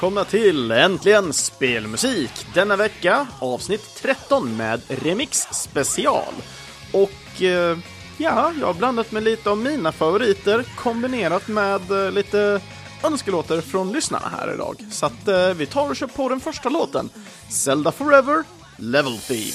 välkomna till Äntligen Spelmusik. Denna vecka avsnitt 13 med Remix special. Och jag har blandat med lite av mina favoriter kombinerat med lite önskelåtar från lyssnarna här idag. Så att vi tar och kör på den första låten. Zelda Forever, Level Theme.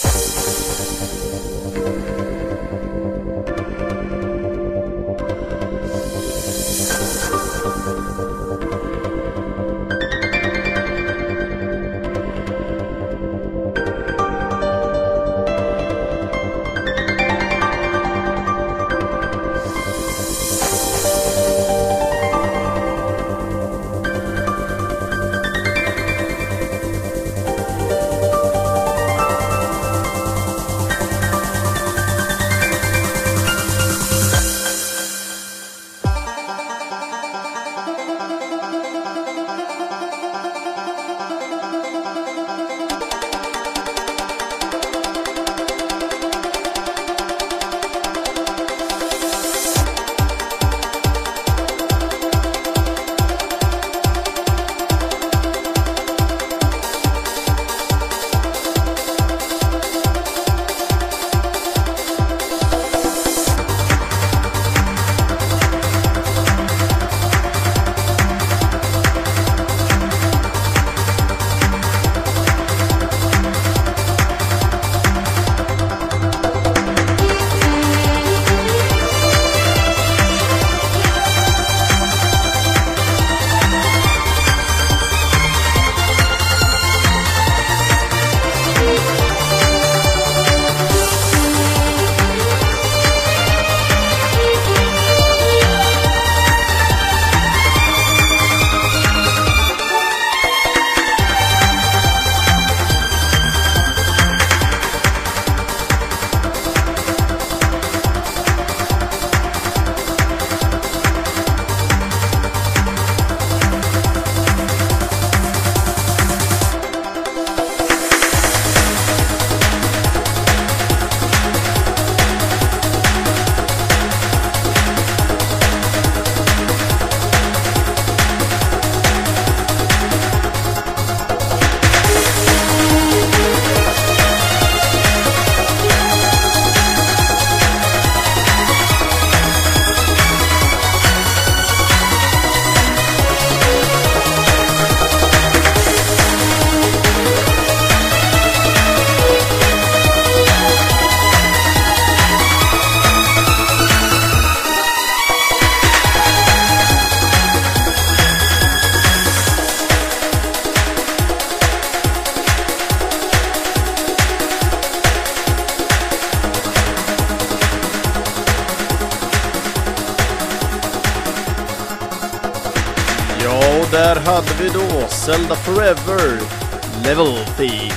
Där hade vi då Zelda Forever, Level Theme.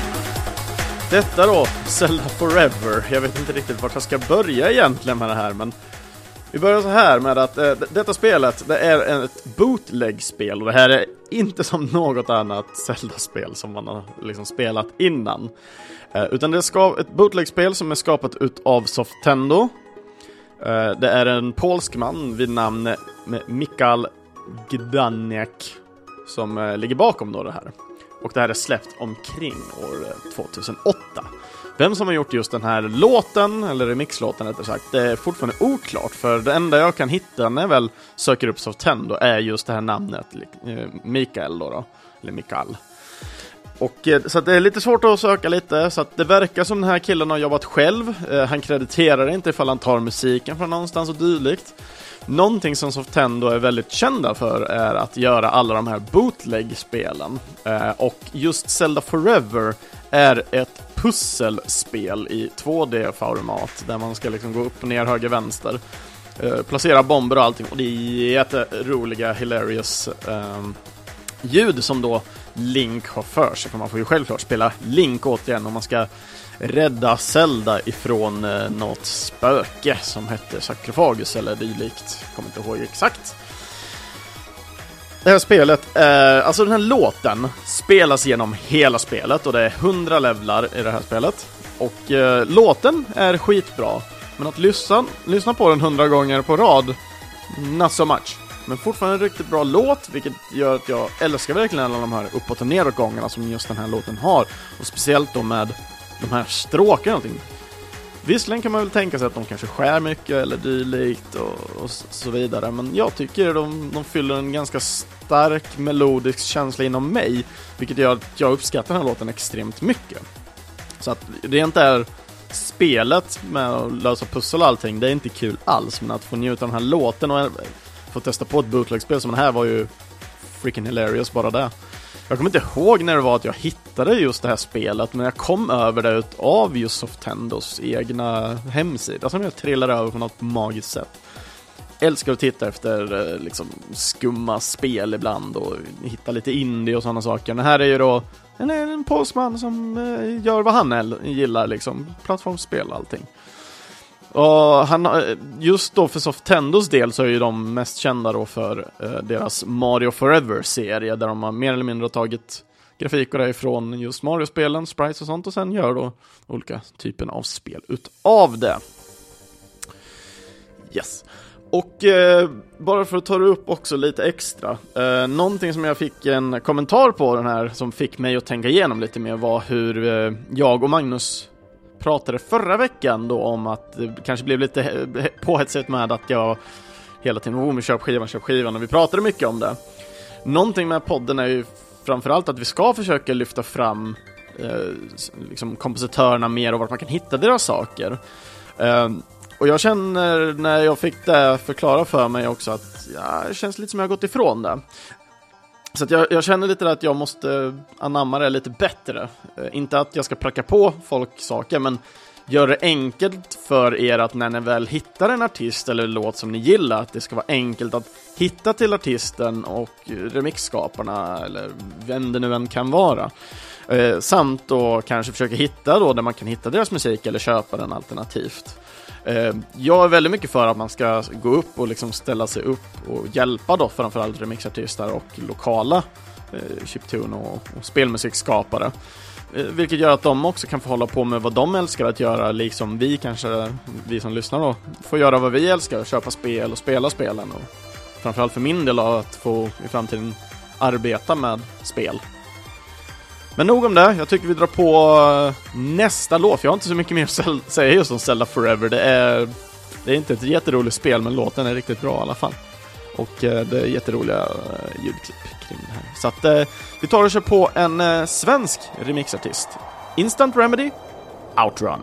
Detta då, Zelda Forever. Jag vet inte riktigt vart jag ska börja egentligen med det här, men vi börjar så här med att detta spelet, det är ett bootleg-spel. Och det här är inte som något annat Zelda-spel som man har liksom spelat innan. Utan det är ett bootleg-spel som är skapat av Softendo. Det är en polsk man vid namn Michal Gdaniak som ligger bakom då det här. Och det här är släppt omkring år 2008. Vem som har gjort just den här låten, eller remixlåten rättare sagt, det är fortfarande oklart. För det enda jag kan hitta när jag väl söker upp Softendo är just det här namnet, Mikael då, eller Mikael. Och så att det är lite svårt att söka lite, så att det verkar som den här killen har jobbat själv. Han krediterar inte ifall han tar musiken från någonstans och dylikt. Någonting som Softendo är väldigt kända för är att göra alla de här bootleg-spelen. Och just Zelda Forever är ett pusselspel i 2D-format där man ska liksom gå upp och ner, höger, vänster, placera bomber och allting. Och det är jätteroliga, hilarious ljud som då Link har för sig. För man får ju självklart spela Link återigen om man ska rädda Zelda ifrån något spöke som hette Sarkofagus eller dylikt. Kommer inte ihåg exakt. Det här spelet, alltså den här låten spelas genom hela spelet och det är 100 levlar i det här spelet. Och låten är skitbra, men att lyssna på den 100 gånger på rad, not so much. Men fortfarande en riktigt bra låt, vilket gör att jag älskar verkligen alla de här uppåt- och nedåtgångarna som just den här låten har. Och speciellt då med de här stråkarna och någonting. Visserligen kan man väl tänka sig att de kanske skär mycket eller dylikt och så vidare. Men jag tycker de fyller en ganska stark melodisk känsla inom mig. Vilket gör att jag uppskattar den här låten extremt mycket. Så att det inte är spelet med att lösa pussel och allting, det är inte kul alls. Men att få njuta av den här låten och få testa på ett bootleg-spel som den här var ju freaking hilarious bara det. Jag kommer inte ihåg när det var att jag hittade just det här spelet, men jag kom över det av just Softendos egna hemsida som jag trillade över på något magiskt sätt. Älskar att titta efter liksom skumma spel ibland och hitta lite indie och sådana saker. Det här är ju då en postman som gör vad han gillar, liksom plattformsspel och allting. Och just då för Softendos del så är ju de mest kända då för deras Mario Forever-serie, där de har mer eller mindre tagit grafik och det ifrån just Mario-spelen, sprites och sånt, och sen gör då olika typer av spel utav det. Yes. Och bara för att ta det upp också lite extra, någonting som jag fick en kommentar på den här som fick mig att tänka igenom lite mer var hur jag och Magnus pratade förra veckan då om att det kanske blev lite påhetsigt med att jag hela tiden köp skivan, och vi pratade mycket om det. Någonting med podden är ju framförallt att vi ska försöka lyfta fram liksom kompositörerna mer och vart man kan hitta deras saker. Och jag känner när jag fick det förklara för mig också att det känns lite som jag har gått ifrån det. Så att jag känner lite att jag måste anamma det lite bättre. Inte att jag ska pracka på folk saker, men gör det enkelt för er att när ni väl hittar en artist eller låt som ni gillar, att det ska vara enkelt att hitta till artisten och remixskaparna eller vem det nu än kan vara. Samt då kanske försöka hitta då där man kan hitta deras musik eller köpa den alternativt. Jag är väldigt mycket för att man ska gå upp och liksom ställa sig upp och hjälpa då framförallt remixartister och lokala chiptune och spelmusikskapare, vilket gör att de också kan få hålla på med vad de älskar att göra, liksom vi som lyssnar då får göra vad vi älskar, köpa spel och spela spelen, och framförallt för min del att få i framtiden arbeta med spel. Men nog om det, jag tycker vi drar på nästa låt. Jag har inte så mycket mer att säga just om Zelda Forever. Det är inte ett jätteroligt spel, men låten är riktigt bra i alla fall. Och det är jätteroliga ljudklipp kring det här. Så att vi tar och kör på en svensk remixartist. Instant Remedy, Outrun.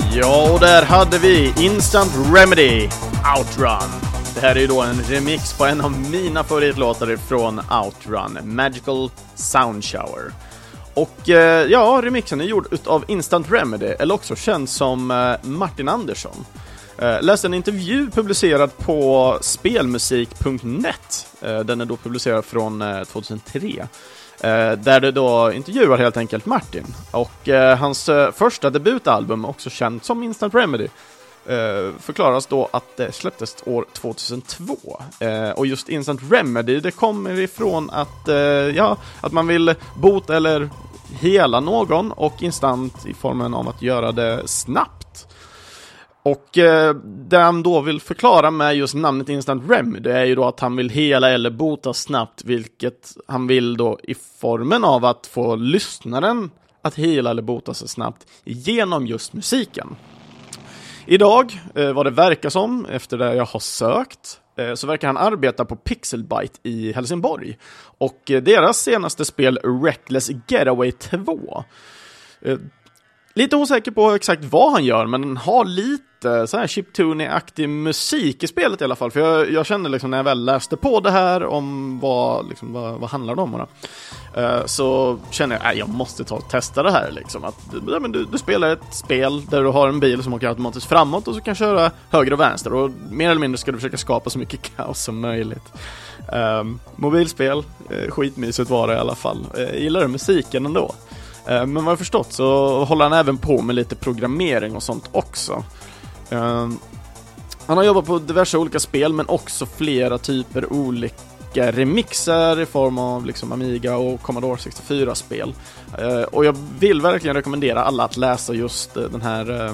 Ja, och där hade vi Instant Remedy, Outrun. Det här är ju då en remix på en av mina favoritlåtar från Outrun, Magical Sound Shower. Och ja, remixen är gjord utav Instant Remedy, eller också känd som Martin Andersson. Läste en intervju publicerad på spelmusik.net. Den är då publicerad från 2003. Där det då intervjuar helt enkelt Martin. Och hans första debutalbum, också känt som Instant Remedy, förklaras då att det släpptes år 2002. Och just Instant Remedy, det kommer ifrån att, att man vill bota eller hela någon, och instant i formen av att göra det snabbt. Och det han då vill förklara med just namnet Instant Remedy är ju då att han vill hela eller bota snabbt, vilket han vill då i formen av att få lyssnaren att hela eller bota sig snabbt genom just musiken. Idag, vad det verkar som, efter det jag har sökt, så verkar han arbeta på Pixelbyte i Helsingborg. Och deras senaste spel, Reckless Getaway 2. Lite osäker på exakt vad han gör, men han har lite så här chiptune-aktig musik i spelet i alla fall. För jag kände liksom när jag väl läste på det här om vad handlar det om då? Så känner jag måste ta och testa det här liksom. Att, du spelar ett spel där du har en bil som åker automatiskt framåt och så kan köra höger och vänster, och mer eller mindre ska du försöka skapa så mycket kaos som möjligt. Mobilspel, skitmysigt var det i alla fall. Gillar du musiken ändå? Men vad jag förstått så håller han även på med lite programmering och sånt också. Han har jobbat på diverse olika spel, men också flera typer olika remixer i form av liksom Amiga och Commodore 64-spel. Och jag vill verkligen rekommendera alla att läsa just den här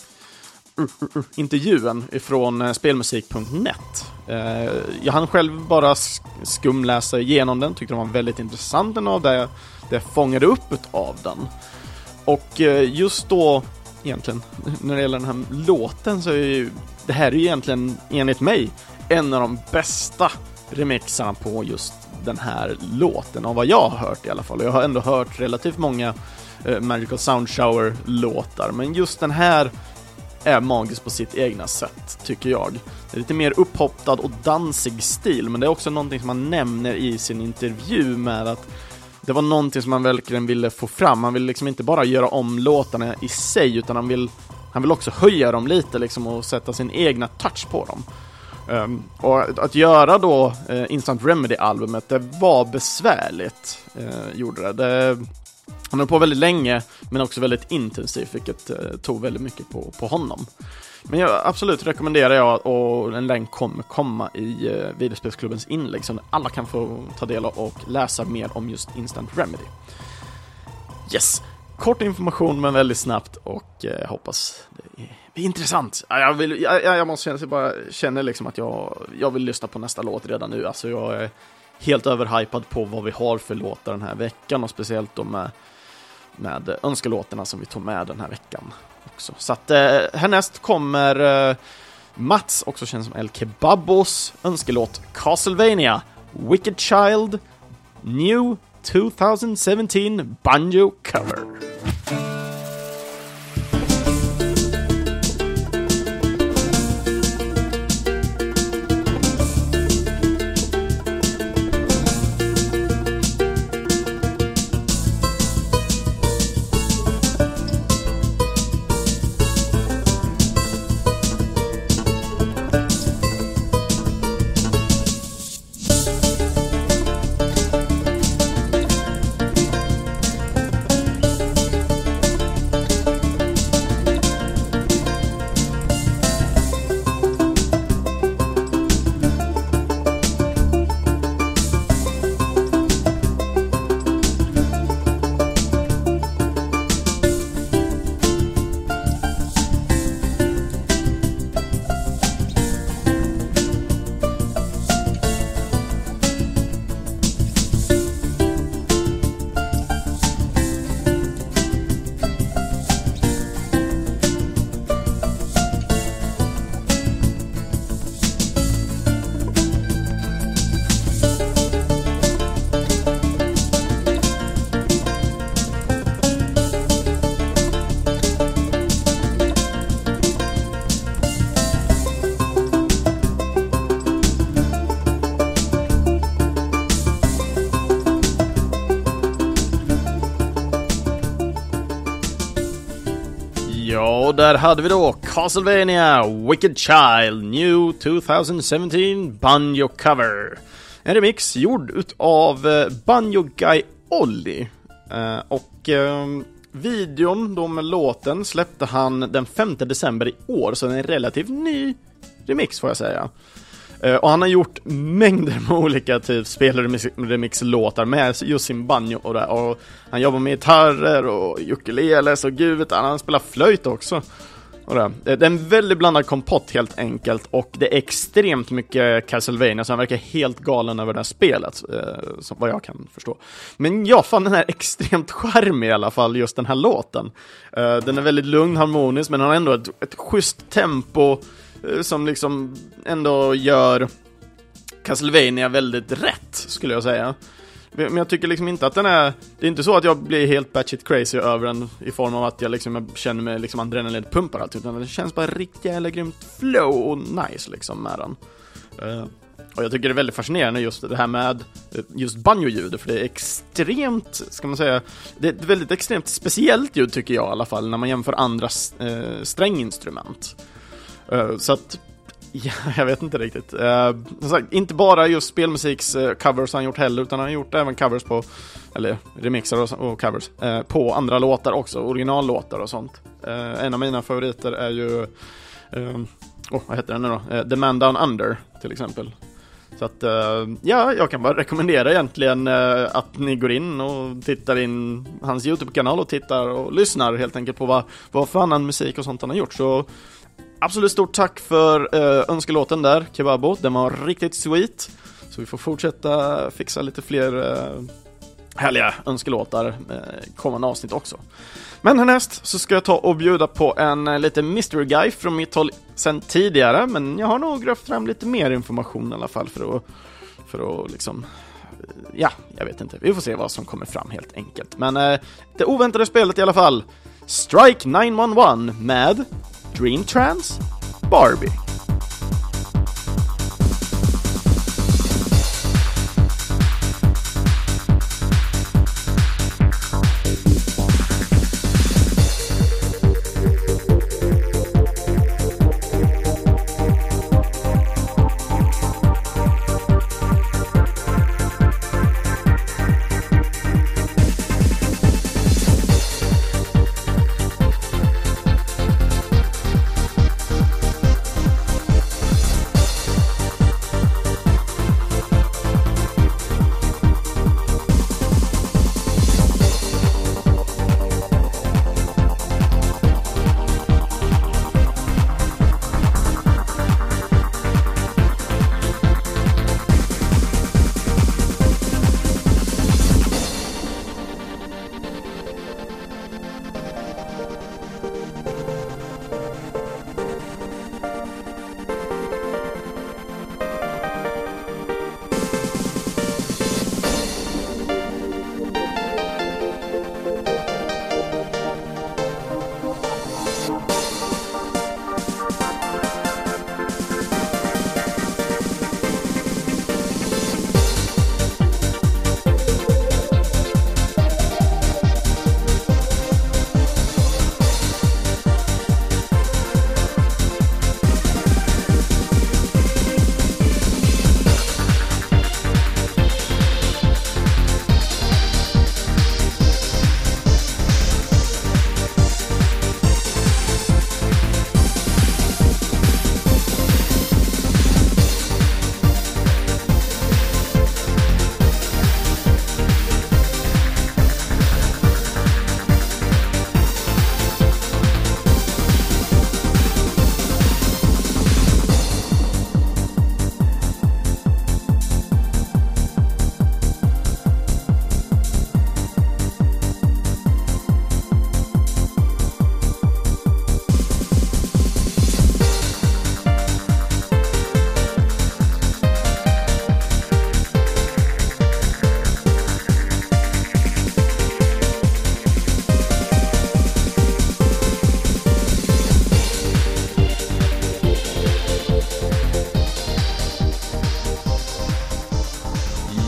intervjun ifrån spelmusik.net. Jag hann själv bara skumläsa igenom den, tyckte den var väldigt intressant av det fångade upp av den. Och just då egentligen när det gäller den här låten så är ju det här är ju egentligen enligt mig en av de bästa remixarna på just den här låten av vad jag har hört i alla fall. Jag har ändå hört relativt många Magical Sound Shower låtar, men just den här är magisk på sitt egna sätt, tycker jag. Det är lite mer upphoppad och dansig stil, men det är också någonting som man nämner i sin intervju med att det var någonting som man verkligen ville få fram. Han vill liksom inte bara göra om låtarna i sig, utan han vill också höja dem lite liksom, och sätta sin egna touch på dem. Och att göra då Instant Remedy-albumet, det var besvärligt, gjorde det. Han höll på väldigt länge, men också väldigt intensivt, vilket tog väldigt mycket på honom. Men jag absolut rekommenderar jag, och en länk kommer komma i Videospelsklubbens inlägg så alla kan få ta del av och läsa mer om just Instant Remedy. Yes, kort information men väldigt snabbt, och hoppas det är intressant. Jag måste känna liksom att jag vill lyssna på nästa låt redan nu. Alltså jag är helt överhypad på vad vi har för låtar den här veckan, och speciellt då med önskelåtarna som vi tog med den här veckan också. Så att härnäst kommer Mats, också känd som El Kebabos, önskelåt Castlevania Wicked Child New 2017 Banjo Cover. Ja, där hade vi då Castlevania Wicked Child New 2017 Banjo Cover. En remix gjord utav Banjo Guy Ollie. Videon då med låten släppte han den 5 december i år, så det är en relativt ny remix får jag säga. Och han har gjort mängder med olika typ spelremix-låtar med just sin banjo och det. Och han jobbar med gitarrer och ukuleles och gud, han spelar flöjt också. Och det. Det är en väldigt blandad kompott helt enkelt, och det är extremt mycket Castlevania, så han verkar helt galen över det här spelet, som vad jag kan förstå. Men jag fann den här extremt charmig i alla fall, just den här låten. Den är väldigt lugn, harmonisk, men han har ändå ett schysst tempo som liksom ändå gör Castlevania väldigt rätt, skulle jag säga. Men jag tycker liksom inte att den är... Det är inte så att jag blir helt batshit crazy över den i form av att jag känner mig liksom adrenalinpumpar allt, utan det känns bara riktigt jävla grymt flow och nice liksom med den. Och jag tycker det är väldigt fascinerande just det här med just banjo-ljud, för det är extremt, ska man säga, det är ett väldigt extremt speciellt ljud tycker jag i alla fall när man jämför andra stränginstrument. Så att ja, jag vet inte riktigt. Inte bara just spelmusiks covers han gjort heller, utan han har gjort även covers på, eller remixer och covers på andra låtar också, originallåtar och sånt. En av mina favoriter är ju vad heter den nu då? The Man Down Under till exempel. Så att ja, jag kan bara rekommendera egentligen att ni går in och tittar in hans YouTube-kanal och tittar och lyssnar helt enkelt på vad för annan musik och sånt han har gjort. Så absolut stort tack för önskelåten där, Kebabo. Den var riktigt sweet. Så vi får fortsätta fixa lite fler härliga önskelåtar kommande avsnitt också. Men härnäst så ska jag ta och bjuda på en lite mystery guy från mitt håll sen tidigare. Men jag har nog grävt fram lite mer information i alla fall för att liksom... Ja, jag vet inte. Vi får se vad som kommer fram helt enkelt. Men det oväntade spelet i alla fall. Strike 911 med Dream Trance Barbie.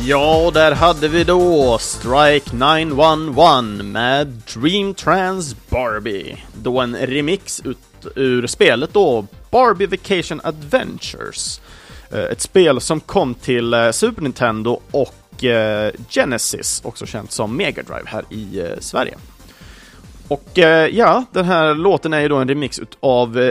Ja, där hade vi då Strike 911 med Dream Trans Barbie. Då en remix ur spelet då Barbie Vacation Adventures. Ett spel som kom till Super Nintendo och Genesis, också känt som Mega Drive här i Sverige. Och ja, den här låten är ju då en remix av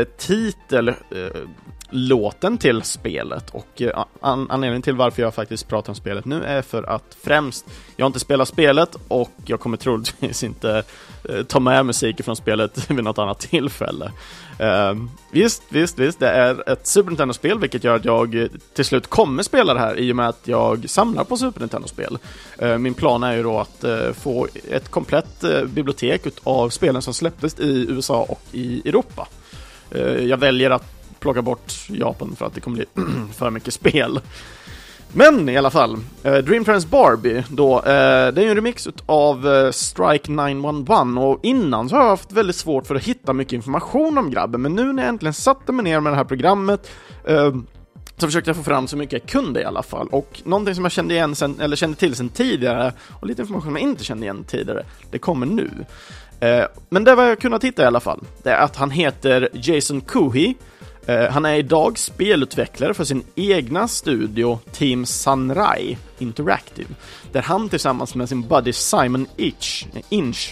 titellåten till spelet. Och anledningen till varför jag faktiskt pratar om spelet nu är för att främst jag har inte spelat spelet och jag kommer troligtvis inte ta med musik från spelet vid något annat tillfälle. Visst, det är ett Super Nintendo-spel, vilket gör att jag till slut kommer spela det här i och med att jag samlar på Super Nintendo-spel. Min plan är ju då att få ett komplett bibliotek av spelen som släpptes i USA och i Europa. Jag väljer att plocka bort Japan för att det kommer bli för mycket spel. Men i alla fall, Dream Trans Barbie då, det är ju en remix av Strike 911, och innan så har jag haft väldigt svårt för att hitta mycket information om grabben, men nu när jag äntligen satte mig ner med det här programmet så försökte jag få fram så mycket jag kunde i alla fall, och någonting som jag kände till sen tidigare och lite information som jag inte kände igen tidigare, det kommer nu. Men det var jag kunnat hitta i alla fall, det är att han heter Jason Kuhi. Han är idag spelutvecklare för sin egna studio Team Sunrai Interactive, där han tillsammans med sin buddy Simon Inch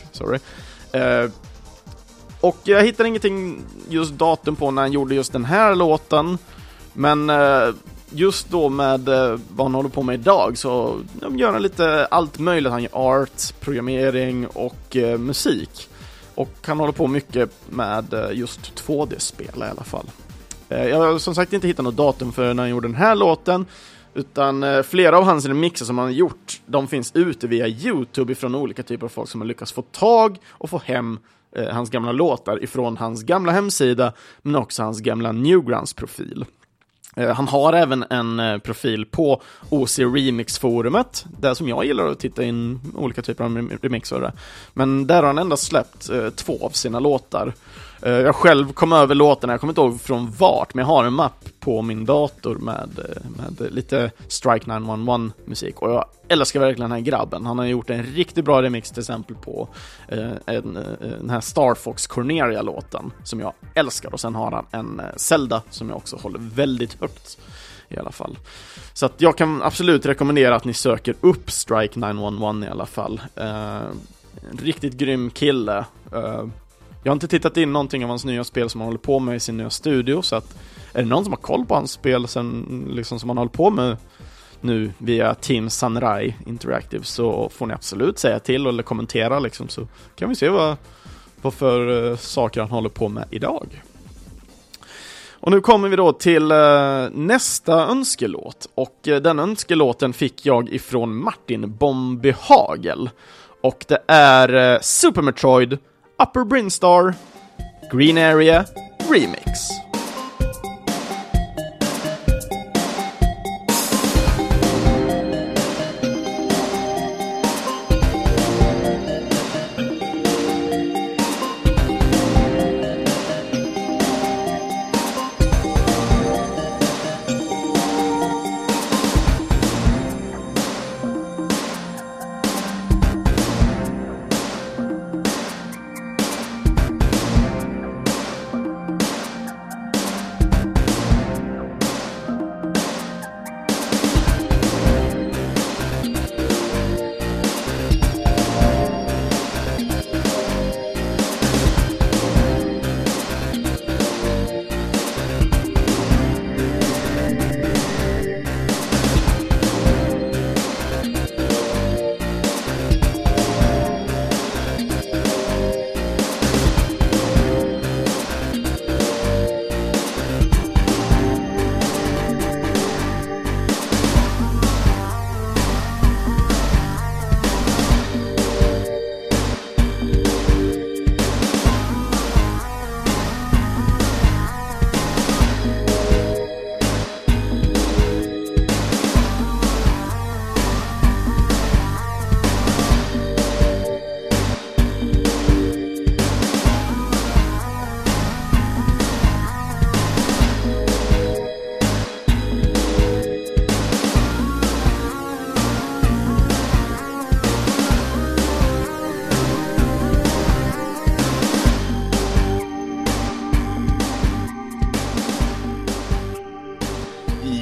och jag hittar ingenting just datum på när han gjorde just den här låten, men just då med vad han håller på med idag så gör han lite allt möjligt. Han gör art, programmering och musik, och han håller på mycket med just 2D-spel i alla fall. Jag har som sagt inte hittat något datum för när han gjorde den här låten, utan flera av hans remixer som han har gjort, de finns ute via YouTube ifrån olika typer av folk som har lyckats få tag och få hem hans gamla låtar ifrån hans gamla hemsida, men också hans gamla Newgrounds-profil. Han har även en profil på OC Remix-forumet, där som jag gillar att titta in olika typer av remixer. Men där har han endast släppt 2 av sina låtar. Jag själv kom över låtarna, jag kommer inte ihåg från vart, men jag har en mapp på min dator med lite Strike 911 musik, och jag älskar verkligen den här grabben. Han har gjort en riktigt bra remix till exempel på den här Star Fox Corneria-låten som jag älskar, och sen har han en Zelda som jag också håller väldigt högt i alla fall. Så att jag kan absolut rekommendera att ni söker upp Strike 911 i alla fall. En riktigt grym kille. Jag har inte tittat in någonting av hans nya spel som han håller på med i sin nya studio, så att är det någon som har koll på hans spel sen, liksom, som han håller på med nu via Team Sunrai Interactive, så får ni absolut säga till eller kommentera liksom, så kan vi se vad för saker han håller på med idag. Och nu kommer vi då till nästa önskelåt, och den önskelåten fick jag ifrån Martin Bombihagel, och det är Super Metroid Upper Brinstar Green Area Remix.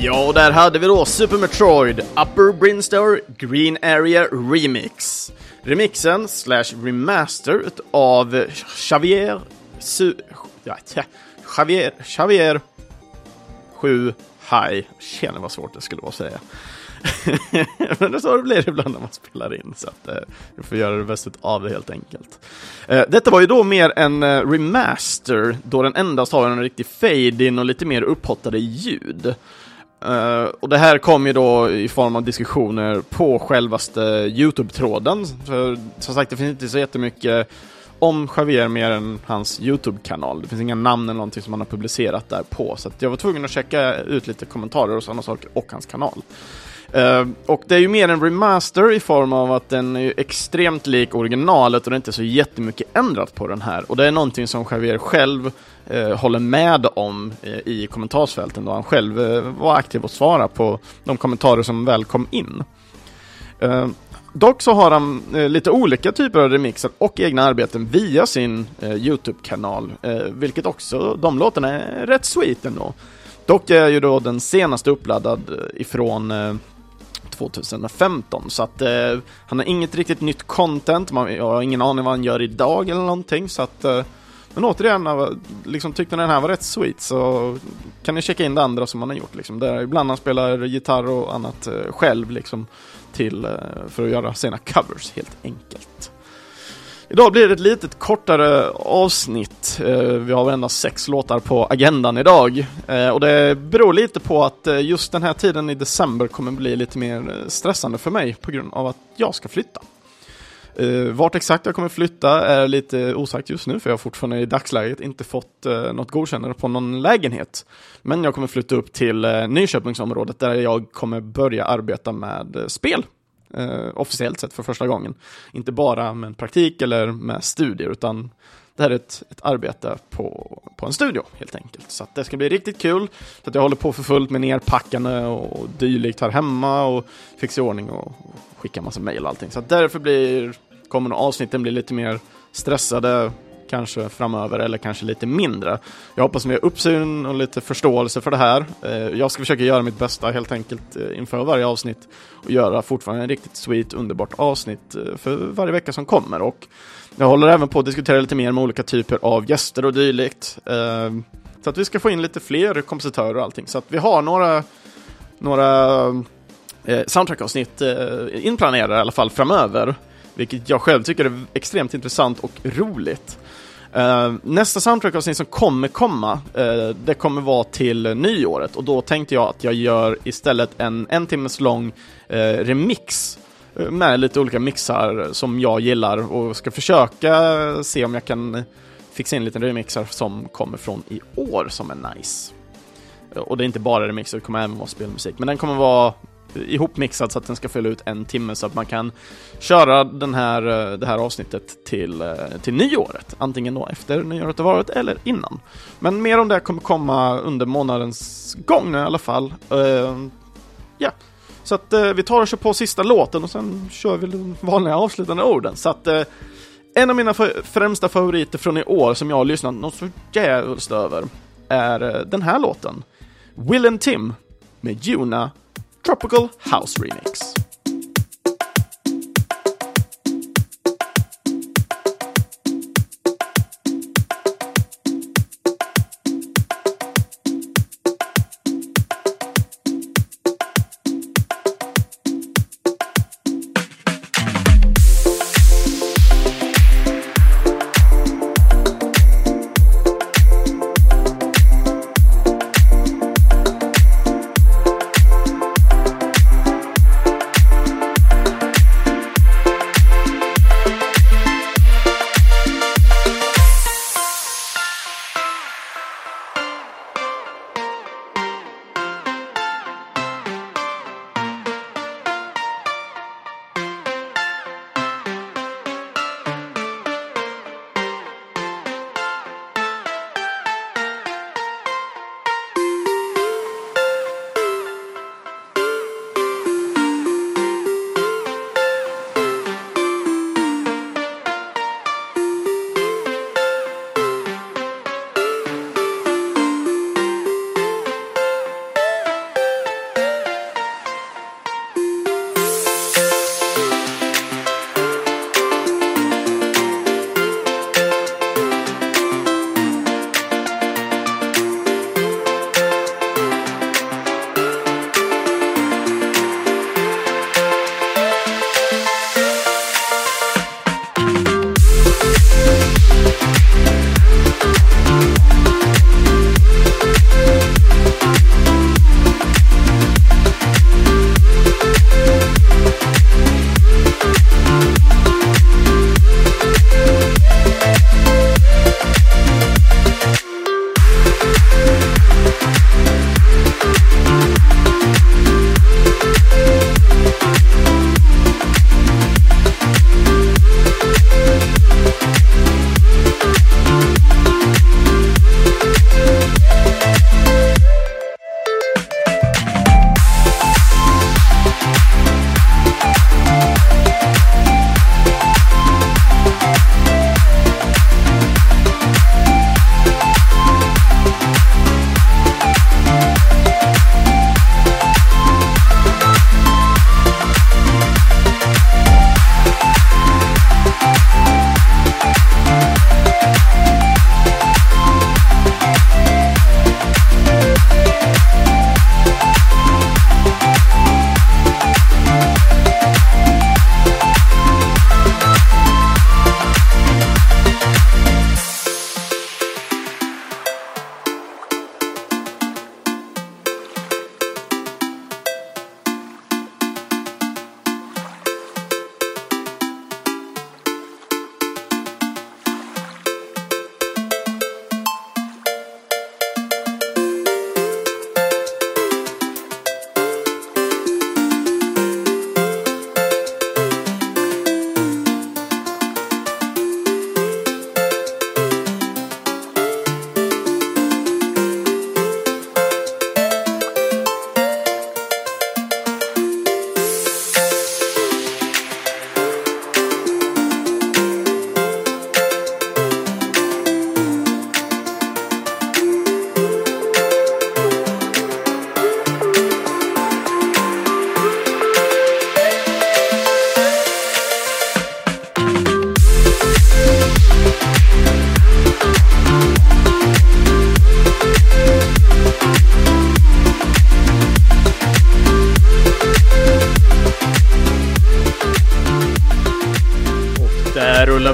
Ja, och där hade vi då Super Metroid Upper Brinstar Green Area Remix. Remixen / remaster av Xavier 7 High. Känner vad svårt det skulle vara att säga. Men det så det blir ibland när man spelar in, så att vi får göra det bästa av det helt enkelt. Detta var ju då mer en remaster, då den endast har en riktig fade-in och lite mer upphottade ljud. Och det här kom ju då i form av diskussioner på självaste YouTube-tråden. För som sagt, det finns inte så jättemycket om Xavier mer än hans YouTube-kanal. Det finns inga namn eller någonting som han har publicerat där på. Så att jag var tvungen att checka ut lite kommentarer och sådana saker och hans kanal. Och det är ju mer en remaster i form av att den är extremt lik originalet och det är inte så jättemycket ändrat på den här. Och det är någonting som Xavier själv håller med om i kommentarsfälten då han själv var aktiv och svarade på de kommentarer som väl kom in. Dock så har han lite olika typer av remixer och egna arbeten via sin YouTube-kanal, vilket också, de låtarna är rätt sweet ändå. Dock är ju då den senaste uppladdad ifrån 2015, så att han har inget riktigt nytt content. Jag har ingen aning vad han gör idag eller någonting, så att men återigen, liksom, tyckte den här var rätt sweet, så kan ni checka in det andra som han har gjort liksom. Där ibland han spelar gitarr och annat själv liksom, till för att göra sina covers helt enkelt. Idag blir det ett litet kortare avsnitt. Vi har endast 6 låtar på agendan idag. Och det beror lite på att just den här tiden i december kommer bli lite mer stressande för mig på grund av att jag ska flytta. Vart exakt jag kommer flytta är lite osagt just nu, för jag har fortfarande i dagsläget inte fått något godkännande på någon lägenhet. Men jag kommer flytta upp till Nyköpingsområdet där jag kommer börja arbeta med spel. Officiellt sett för första gången. Inte bara med praktik eller med studier, utan det här är ett arbete på en studio helt enkelt. Så att det ska bli riktigt kul. Så att jag håller på för fullt med nerpackande och dylikt här hemma och fixa i ordning och skicka massa mejl och allting. Så att därför kommer avsnitten bli lite mer stressade kanske framöver, eller kanske lite mindre. Jag hoppas med uppsyn och lite förståelse för det här. Jag ska försöka göra mitt bästa helt enkelt inför varje avsnitt och göra fortfarande en riktigt sweet, underbart avsnitt för varje vecka som kommer. Och jag håller även på att diskutera lite mer med olika typer av gäster och dylikt. Så att vi ska få in lite fler kompositörer och allting. Så att vi har några soundtrack-avsnitt inplanerade i alla fall framöver. Vilket jag själv tycker är extremt intressant och roligt. Nästa soundtrack-avsnitt som kommer komma, det kommer vara till nyåret. Och då tänkte jag att jag gör istället en timmes lång remix med lite olika mixar som jag gillar. Och ska försöka se om jag kan fixa in lite remixar som kommer från i år som är nice. Och det är inte bara remixar, det kommer även vara spelmusik. Men den kommer vara ihopmixad så att den ska fylla ut en timme, så att man kan köra det här avsnittet till nyåret. Antingen då efter nyåret har varit eller innan. Men mer om det kommer komma under månadens gång nu i alla fall. Ja. Så att vi tar och kör på sista låten och sen kör vi de vanliga avslutande orden. Så att en av mina främsta favoriter från i år som jag har lyssnat något så jävligt över är den här låten. Will and Tim med Yuna Tropical House Remix.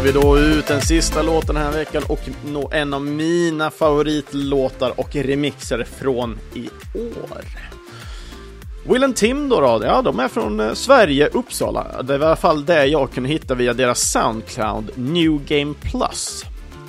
vi då ut den sista låten den här veckan och nå en av mina favoritlåtar och remixer från i år. Will & Tim då, ja, de är från Sverige, Uppsala. Det var i alla fall det jag kunde hitta via deras Soundcloud, New Game Plus.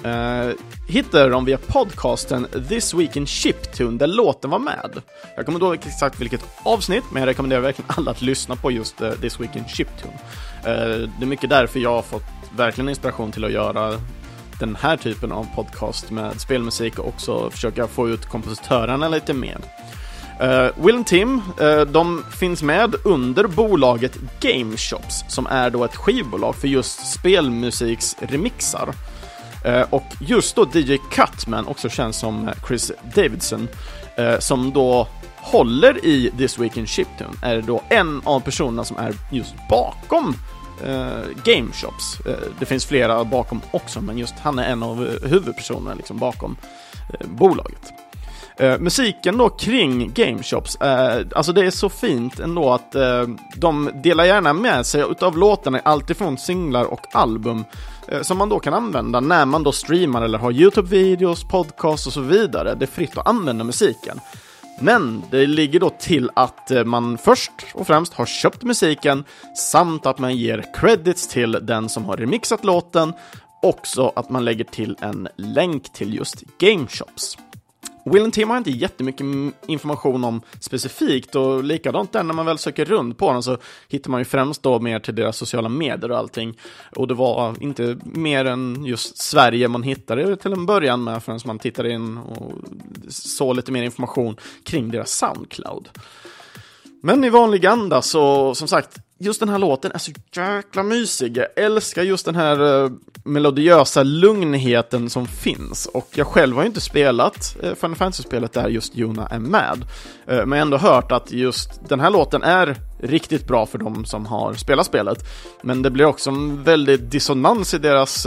Hittade de via podcasten This Week in Chiptune där låten var med. Jag kommer då exakt vilket avsnitt, men jag rekommenderar verkligen alla att lyssna på just This Week in Chiptune. Det är mycket därför jag har fått verkligen inspiration till att göra den här typen av podcast med spelmusik och också försöka få ut kompositörerna lite mer. Will & Tim, de finns med under bolaget Game Shops, som är då ett skivbolag för just spelmusiks remixar. Och just då DJ Cutman, också känns som Chris Davidson, som då håller i This Week in Chiptune, är då en av personerna som är just bakom Game Shops. Det finns flera bakom också, men just han är en av huvudpersonerna liksom bakom bolaget. Musiken då kring Game Shops, alltså det är så fint ändå att de delar gärna med sig utav låtarna, alltifrån singlar och album som man då kan använda när man då streamar eller har YouTube-videos, podcasts och så vidare. Det är fritt att använda musiken. Men det ligger då till att man först och främst har köpt musiken samt att man ger credits till den som har remixat låten, också att man lägger till en länk till just Game Shops. Will & Tim har inte jättemycket information om specifikt, och likadant där när man väl söker runt på den så hittar man ju främst då mer till deras sociala medier och allting. Och det var inte mer än just Sverige man hittade till en början med, förrän man tittade in och såg lite mer information kring deras Soundcloud. Men i vanlig anda så, som sagt, just den här låten är så jäkla mysig. Jag älskar just den här melodiösa lugnheten som finns. Och jag själv har ju inte spelat Final Fantasy-spelet där just Yuna är med. Men jag har ändå hört att just den här låten är riktigt bra för de som har spelat spelet. Men det blir också en väldigt dissonans i deras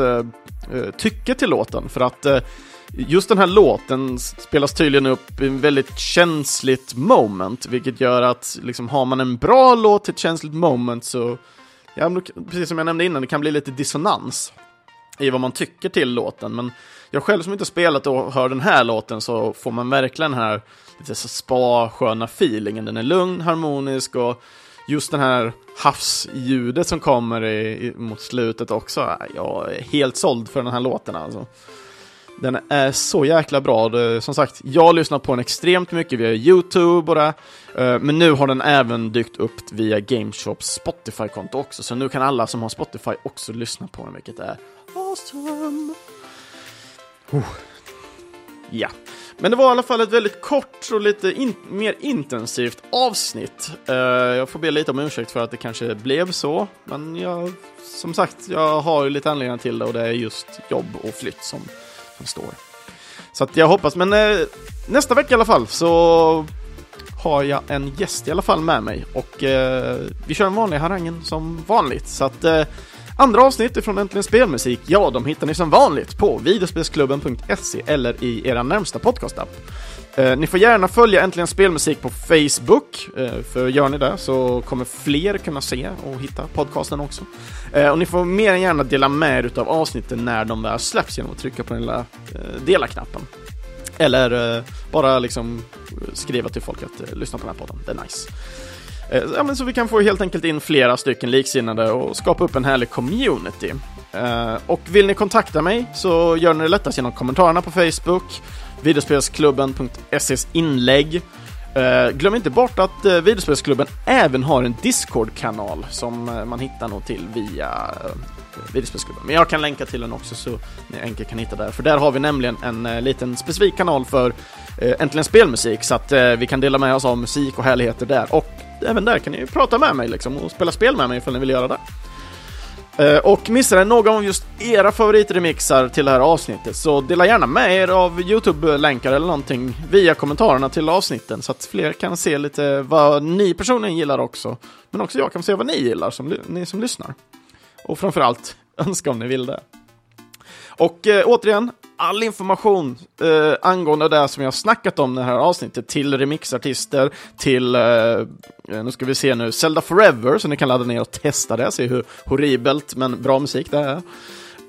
tycke till låten. För att just den här låten spelas tydligen upp i en väldigt känsligt moment, vilket gör att liksom, har man en bra låt till ett känsligt moment så, ja, precis som jag nämnde innan, det kan bli lite dissonans i vad man tycker till låten. Men jag själv som inte spelat och hör den här låten så får man verkligen den här lite så spa-sköna feelingen. Den är lugn, harmonisk, och just den här havsljudet som kommer mot slutet också. Jag är helt såld för den här låten alltså. Den är så jäkla bra. Som sagt, jag lyssnar på den extremt mycket via YouTube och det. Men nu har den även dykt upp via Game Shops Spotify-konto också. Så nu kan alla som har Spotify också lyssna på den, vilket är awesome. Ja. Men det var i alla fall ett väldigt kort och lite mer intensivt avsnitt. Jag får be lite om ursäkt för att det kanske blev så. Men som sagt, jag har ju lite anledning till det, och det är just jobb och flytt som står. Så att jag hoppas, men nästa vecka i alla fall så har jag en gäst i alla fall med mig, och vi kör en vanlig harangen som vanligt. Så att andra avsnitt ifrån Äntligen Spelmusik, ja, de hittar ni som vanligt på videospelsklubben.se eller i era närmsta podcastapp. Ni får gärna följa Äntligen Spelmusik på Facebook, för gör ni det så kommer fler kunna se och hitta podcasten också. Och ni får mer än gärna dela med er utav avsnitten när de väl släpps genom att trycka på den lilla dela-knappen. Eller bara liksom skriva till folk att lyssna på den här podden, det är nice. Ja, men så vi kan få helt enkelt in flera stycken liksinnade och skapa upp en härlig community. Och vill ni kontakta mig så gör ni det lättast genom kommentarerna på Facebook, videospelsklubben.ses inlägg. Glöm inte bort att Videospelsklubben även har en Discord-kanal som man hittar nog till via Videospelsklubben. Men jag kan länka till den också så ni enkelt kan hitta där. För där har vi nämligen en liten specifik kanal för Äntligen Spelmusik, så att vi kan dela med oss av musik och härligheter där. Och även där kan ni prata med mig liksom, och spela spel med mig ifall ni vill göra det. Och missar någon av just era favoritremixar till det här avsnittet så dela gärna med er av YouTube-länkar eller någonting via kommentarerna till avsnitten, så att fler kan se lite vad ni personligen gillar också. Men också jag kan se vad ni gillar, ni som lyssnar. Och framförallt önska om ni vill det. Och återigen, all information angående det som jag har snackat om det här avsnittet till remixartister, till nu ska vi se nu, Zelda Forever, så ni kan ladda ner och testa det, se hur horribelt men bra musik det är.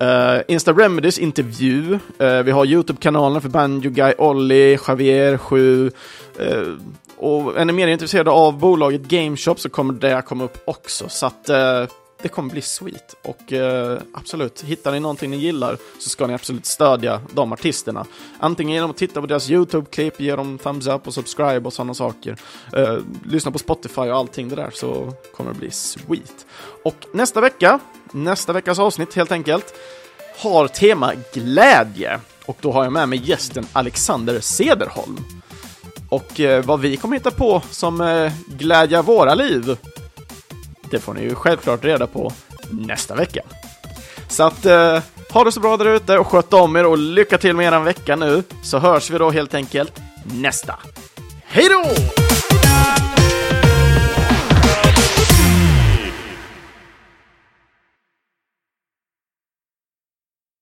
Insta Remedies intervju. Vi har YouTube-kanalen för Banjo Guy, Olli, Javier 7. Och är ni mer intresserade av bolaget GameShop så kommer det komma upp också. Så att det kommer bli sweet. Och absolut, hittar ni någonting ni gillar så ska ni absolut stödja de artisterna. Antingen genom att titta på deras YouTube-klipp, ge dem thumbs up och subscribe och sådana saker. Lyssna på Spotify och allting det där, så kommer det bli sweet. Och nästa veckas avsnitt helt enkelt har tema glädje. Och då har jag med mig gästen Alexander Cederholm. Och vad vi kommer hitta på som glädjar våra liv, det får ni ju självklart reda på nästa vecka. Så att ha det så bra där ute och sköt om er och lycka till med er vecka nu. Så hörs vi då helt enkelt nästa. Hej då!